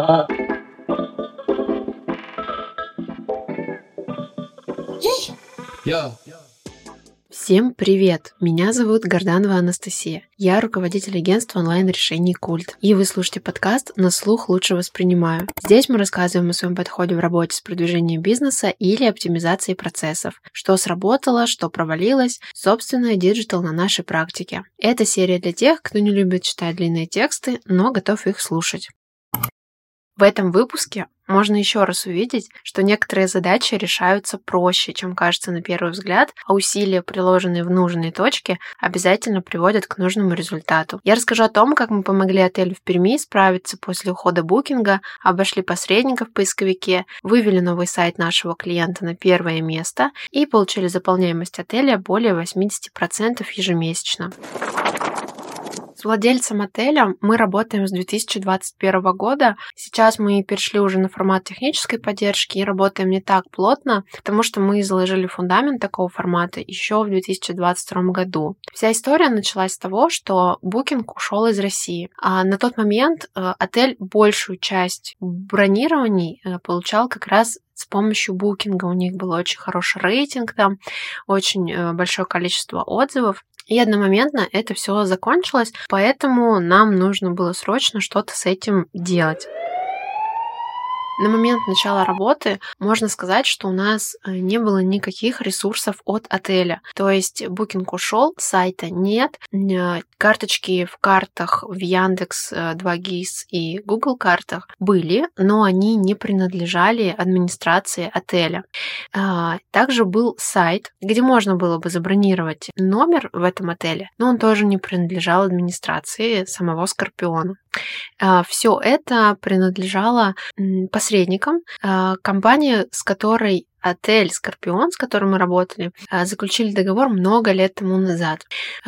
Всем привет! Меня зовут Горданова Анастасия. Я руководитель агентства онлайн-решений Культ. И вы слушаете подкаст «На слух лучше воспринимаю». Здесь мы рассказываем о своем подходе в работе с продвижением бизнеса или оптимизацией процессов. Что сработало, что провалилось, собственно, диджитал на нашей практике. Это серия для тех, кто не любит читать длинные тексты, но готов их слушать. В этом выпуске можно еще раз увидеть, что некоторые задачи решаются проще, чем кажется на первый взгляд, а усилия, приложенные в нужные точки, обязательно приводят к нужному результату. Я расскажу о том, как мы помогли отелю в Перми справиться после ухода букинга, обошли посредников в поисковике, вывели новый сайт нашего клиента на первое место и получили заполняемость отеля более 80% ежемесячно. С владельцем отеля мы работаем с 2021 года. Сейчас мы перешли уже на формат технической поддержки и работаем не так плотно, потому что мы заложили фундамент такого формата еще в 2022 году. Вся история началась с того, что букинг ушел из России. А на тот момент отель большую часть бронирований получал как раз с помощью букинга. У них был очень хороший рейтинг там, очень большое количество отзывов. И одномоментно это все закончилось, поэтому нам нужно было срочно что-то с этим делать. На момент начала работы можно сказать, что у нас не было никаких ресурсов от отеля. То есть букинг ушел, сайта нет, карточки в картах в Яндекс, 2GIS и Google картах были, но они не принадлежали администрации отеля. Также был сайт, где можно было бы забронировать номер в этом отеле, но он тоже не принадлежал администрации самого Скорпиона. Все это принадлежало посредникам. Компания, с которой отель «Скорпион», с которым мы работали, заключили договор много лет тому назад.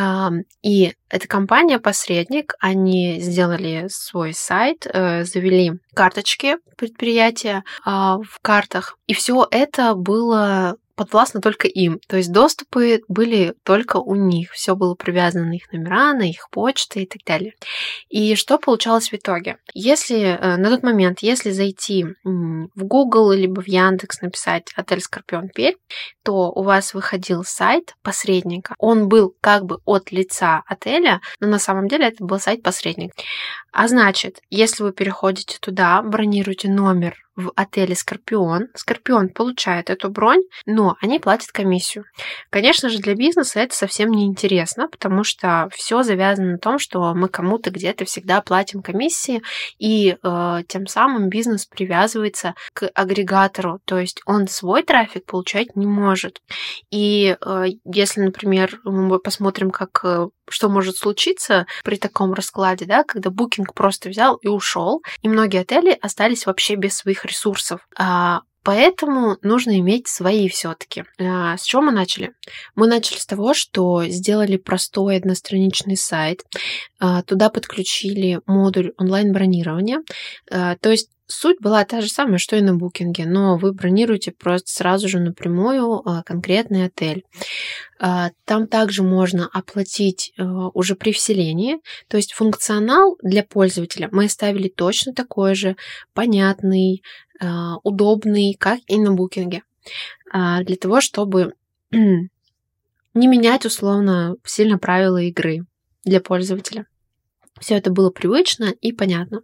И эта компания-посредник, они сделали свой сайт, завели карточки предприятия в картах, и все это было подвластно только им. То есть доступы были только у них. Все было привязано на их номера, на их почты и так далее. И что получалось в итоге? Если на тот момент, если зайти в Google либо в Яндекс, написать «Отель Скорпион Пермь», то у вас выходил сайт посредника. Он был как бы от лица отеля, но на самом деле это был сайт посредник. А значит, если вы переходите туда, бронируете номер в отеле «Скорпион», Скорпион получает эту бронь, но они платят комиссию. Конечно же, для бизнеса это совсем не интересно, потому что все завязано на том, что мы кому-то где-то всегда платим комиссии, и тем самым бизнес привязывается к агрегатору, то есть он свой трафик получать не может. И если, например, мы посмотрим, что может случиться при таком раскладе, да, когда букинг просто взял и ушел, и многие отели остались вообще без своих ресурсов. Поэтому нужно иметь свои все-таки. С чего мы начали? Мы начали с того, что сделали простой одностраничный сайт, туда подключили модуль онлайн-бронирования, то есть суть была та же самая, что и на букинге, но вы бронируете просто сразу же напрямую конкретный отель. Там также можно оплатить уже при вселении, то есть функционал для пользователя мы оставили точно такой же, понятный, удобный, как и на букинге, для того, чтобы не менять условно сильно правила игры для пользователя. Все это было привычно и понятно.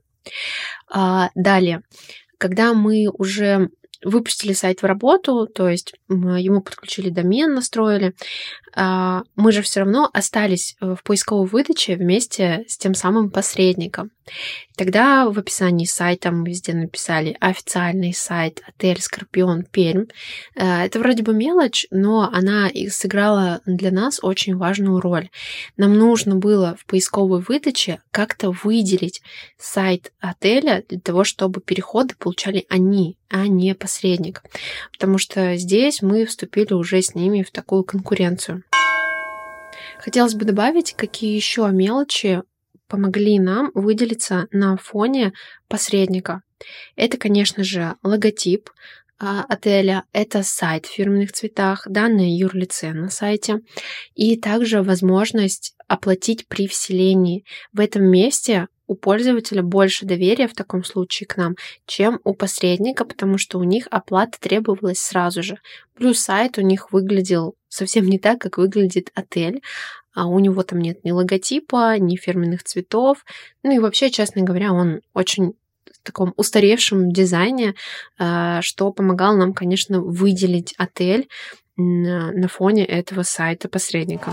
Далее, когда мы уже выпустили сайт в работу, то есть ему подключили домен, настроили, мы же все равно остались в поисковой выдаче вместе с тем самым посредником. Тогда в описании сайта мы везде написали официальный сайт «Отель Скорпион Пермь». Это вроде бы мелочь, но она сыграла для нас очень важную роль. Нам нужно было в поисковой выдаче как-то выделить сайт отеля для того, чтобы переходы получали они, а не посредник. Потому что здесь мы вступили уже с ними в такую конкуренцию. Хотелось бы добавить, какие еще мелочи помогли нам выделиться на фоне посредника. Это, конечно же, логотип отеля, это сайт в фирменных цветах, данные юрлице на сайте и также возможность оплатить при вселении. В этом месте у пользователя больше доверия в таком случае к нам, чем у посредника, потому что у них оплата требовалась сразу же. Плюс сайт у них выглядел совсем не так, как выглядит отель. У него там нет ни логотипа, ни фирменных цветов. Ну и вообще, честно говоря, он очень в таком устаревшем дизайне, что помогало нам, конечно, выделить отель на фоне этого сайта посредника.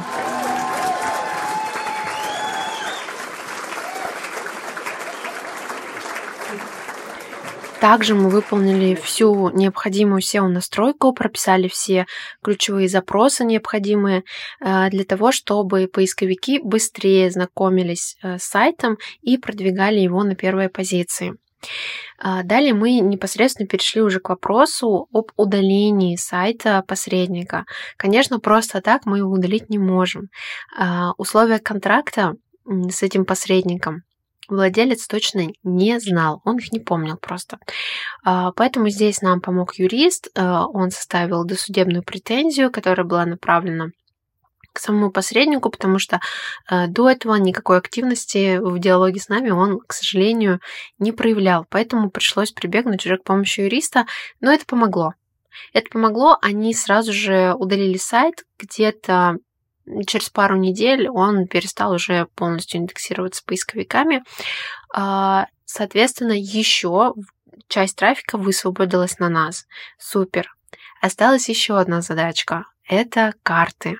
Также мы выполнили всю необходимую SEO-настройку, прописали все ключевые запросы необходимые для того, чтобы поисковики быстрее знакомились с сайтом и продвигали его на первые позиции. Далее мы непосредственно перешли уже к вопросу об удалении сайта посредника. Конечно, просто так мы его удалить не можем. Условия контракта с этим посредником владелец точно не знал, он их не помнил просто. Поэтому здесь нам помог юрист, он составил досудебную претензию, которая была направлена к самому посреднику, потому что до этого никакой активности в диалоге с нами он, к сожалению, не проявлял. Поэтому пришлось прибегнуть уже к помощи юриста, но это помогло. Они сразу же удалили сайт, где-то через пару недель он перестал уже полностью индексироваться поисковиками. Соответственно, еще часть трафика высвободилась на нас. Супер. Осталась еще одна задачка. Это карты.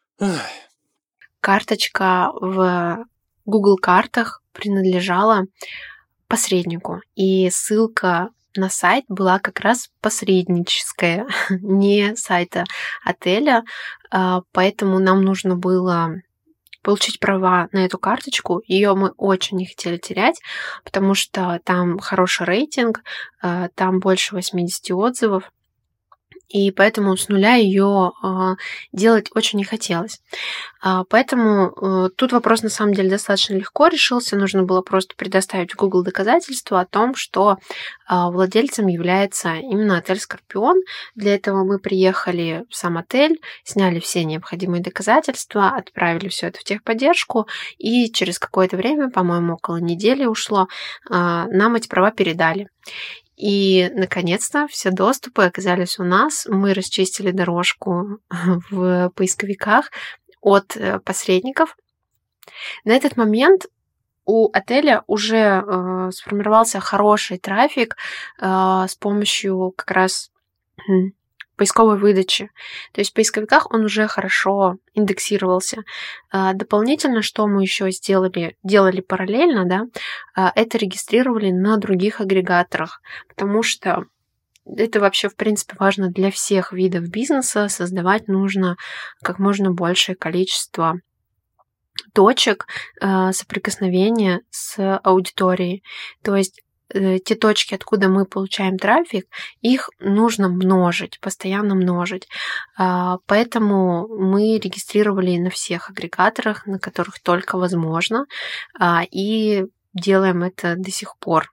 Карточка в Google картах принадлежала посреднику. И ссылка на сайт была как раз посредническая, не сайта отеля, поэтому нам нужно было получить права на эту карточку. Ее мы очень не хотели терять, потому что там хороший рейтинг, там больше 80 отзывов, и поэтому с нуля ее делать очень не хотелось. Поэтому тут вопрос на самом деле достаточно легко решился. Нужно было просто предоставить в Google доказательства о том, что владельцем является именно отель «Скорпион». Для этого мы приехали в сам отель, сняли все необходимые доказательства, отправили все это в техподдержку, и через какое-то время, по-моему, около недели ушло, нам эти права передали. И, наконец-то, все доступы оказались у нас. Мы расчистили дорожку в поисковиках от посредников. На этот момент у отеля уже сформировался хороший трафик с помощью как раз поисковой выдачи. То есть в поисковиках он уже хорошо индексировался. Дополнительно, что мы еще делали параллельно, да, это регистрировали на других агрегаторах, потому что это вообще, в принципе, важно для всех видов бизнеса. Создавать нужно как можно большее количество точек соприкосновения с аудиторией. То есть те точки, откуда мы получаем трафик, их нужно множить, постоянно множить. Поэтому мы регистрировали на всех агрегаторах, на которых только возможно, и делаем это до сих пор.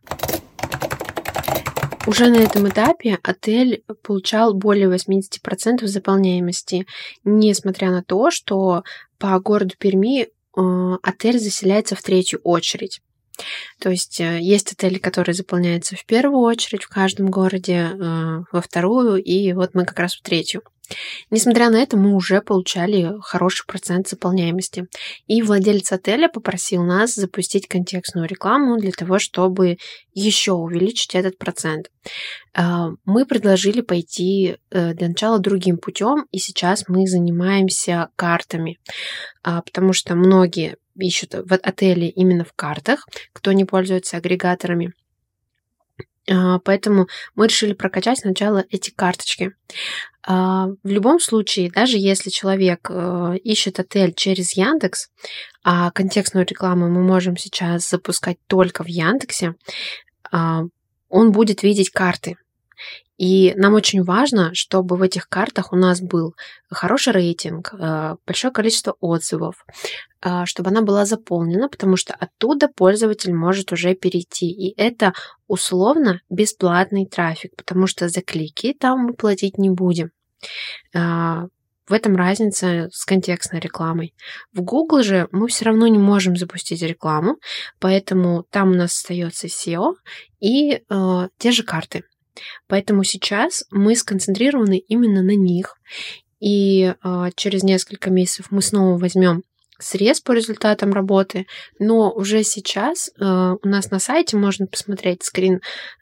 Уже на этом этапе отель получал более 80% заполняемости, несмотря на то, что по городу Перми отель заселяется в третью очередь. То есть есть отели, которые заполняются в первую очередь в каждом городе, во вторую, и вот мы как раз в третью. Несмотря на это, мы уже получали хороший процент заполняемости. И владелец отеля попросил нас запустить контекстную рекламу для того, чтобы еще увеличить этот процент. Мы предложили пойти для начала другим путем, и сейчас мы занимаемся картами, потому что многие ищут в отеле именно в картах, кто не пользуется агрегаторами. Поэтому мы решили прокачать сначала эти карточки. В любом случае, даже если человек ищет отель через Яндекс, а контекстную рекламу мы можем сейчас запускать только в Яндексе, он будет видеть карты. И нам очень важно, чтобы в этих картах у нас был хороший рейтинг, большое количество отзывов, чтобы она была заполнена, потому что оттуда пользователь может уже перейти. И это условно бесплатный трафик, потому что за клики там мы платить не будем. В этом разница с контекстной рекламой. В Google же мы все равно не можем запустить рекламу, поэтому там у нас остается SEO и те же карты. Поэтому сейчас мы сконцентрированы именно на них. И через несколько месяцев мы снова возьмем срез по результатам работы, но уже сейчас у нас на сайте можно посмотреть скрин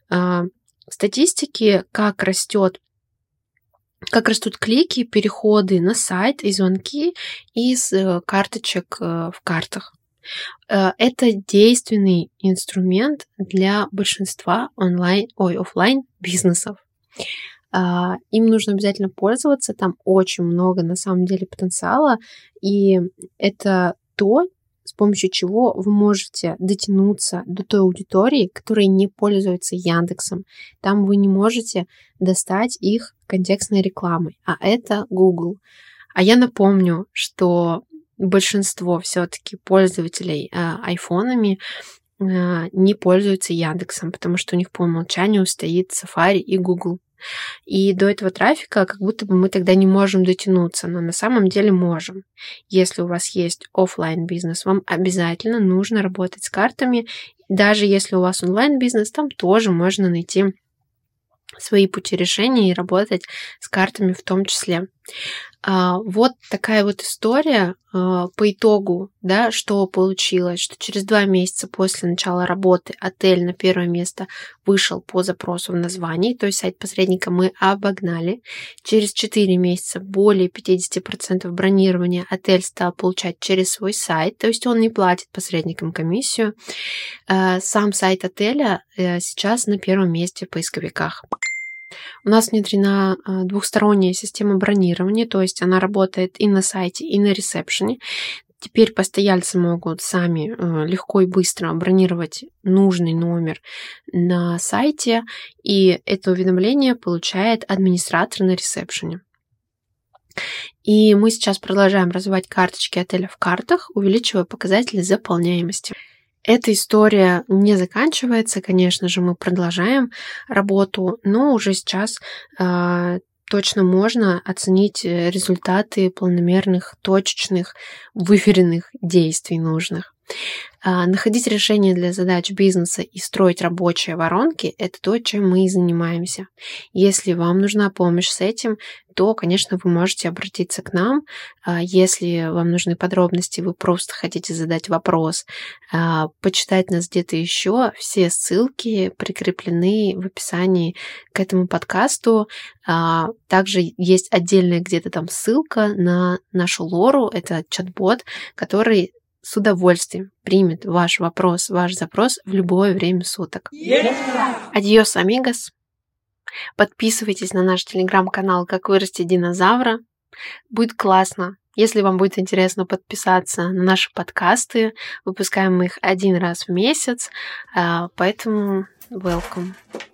статистики, как растут клики, переходы на сайт и звонки из карточек в картах. Это действенный инструмент для большинства офлайн бизнесов. Им нужно обязательно пользоваться, там очень много на самом деле потенциала, и это то, с помощью чего вы можете дотянуться до той аудитории, которая не пользуется Яндексом. Там вы не можете достать их контекстной рекламой, а это Google. А я напомню, что большинство все-таки пользователей айфонами не пользуются Яндексом, потому что у них по умолчанию стоит Safari и Google. И до этого трафика как будто бы мы тогда не можем дотянуться, но на самом деле можем. Если у вас есть офлайн бизнес, вам обязательно нужно работать с картами. Даже если у вас онлайн бизнес, там тоже можно найти свои пути решения и работать с картами в том числе. Вот такая вот история по итогу, да, что получилось, что через 2 месяца после начала работы отель на первое место вышел по запросу в названии, то есть сайт посредника мы обогнали. Через 4 месяца более 50% бронирования отель стал получать через свой сайт, то есть он не платит посредникам комиссию. Сам сайт отеля сейчас на первом месте в поисковиках. У нас внедрена двухсторонняя система бронирования, то есть она работает и на сайте, и на ресепшене. Теперь постояльцы могут сами легко и быстро бронировать нужный номер на сайте, и это уведомление получает администратор на ресепшене. И мы сейчас продолжаем развивать карточки отеля в картах, увеличивая показатели заполняемости. Эта история не заканчивается, конечно же, мы продолжаем работу, но уже сейчас точно можно оценить результаты планомерных, точечных, выверенных действий нужных. Находить решения для задач бизнеса и строить рабочие воронки – это то, чем мы и занимаемся. Если вам нужна помощь с этим, то, конечно, вы можете обратиться к нам. Если вам нужны подробности, вы просто хотите задать вопрос, почитать нас где-то еще, все ссылки прикреплены в описании к этому подкасту. Также есть отдельная где-то там ссылка на нашу Лору, это чат-бот, который с удовольствием примет ваш вопрос, ваш запрос в любое время суток. Адьос, амигос. Подписывайтесь на наш телеграм-канал «Как вырастить динозавра». Будет классно. Если вам будет интересно подписаться на наши подкасты, выпускаем мы их 1 раз в месяц, поэтому welcome.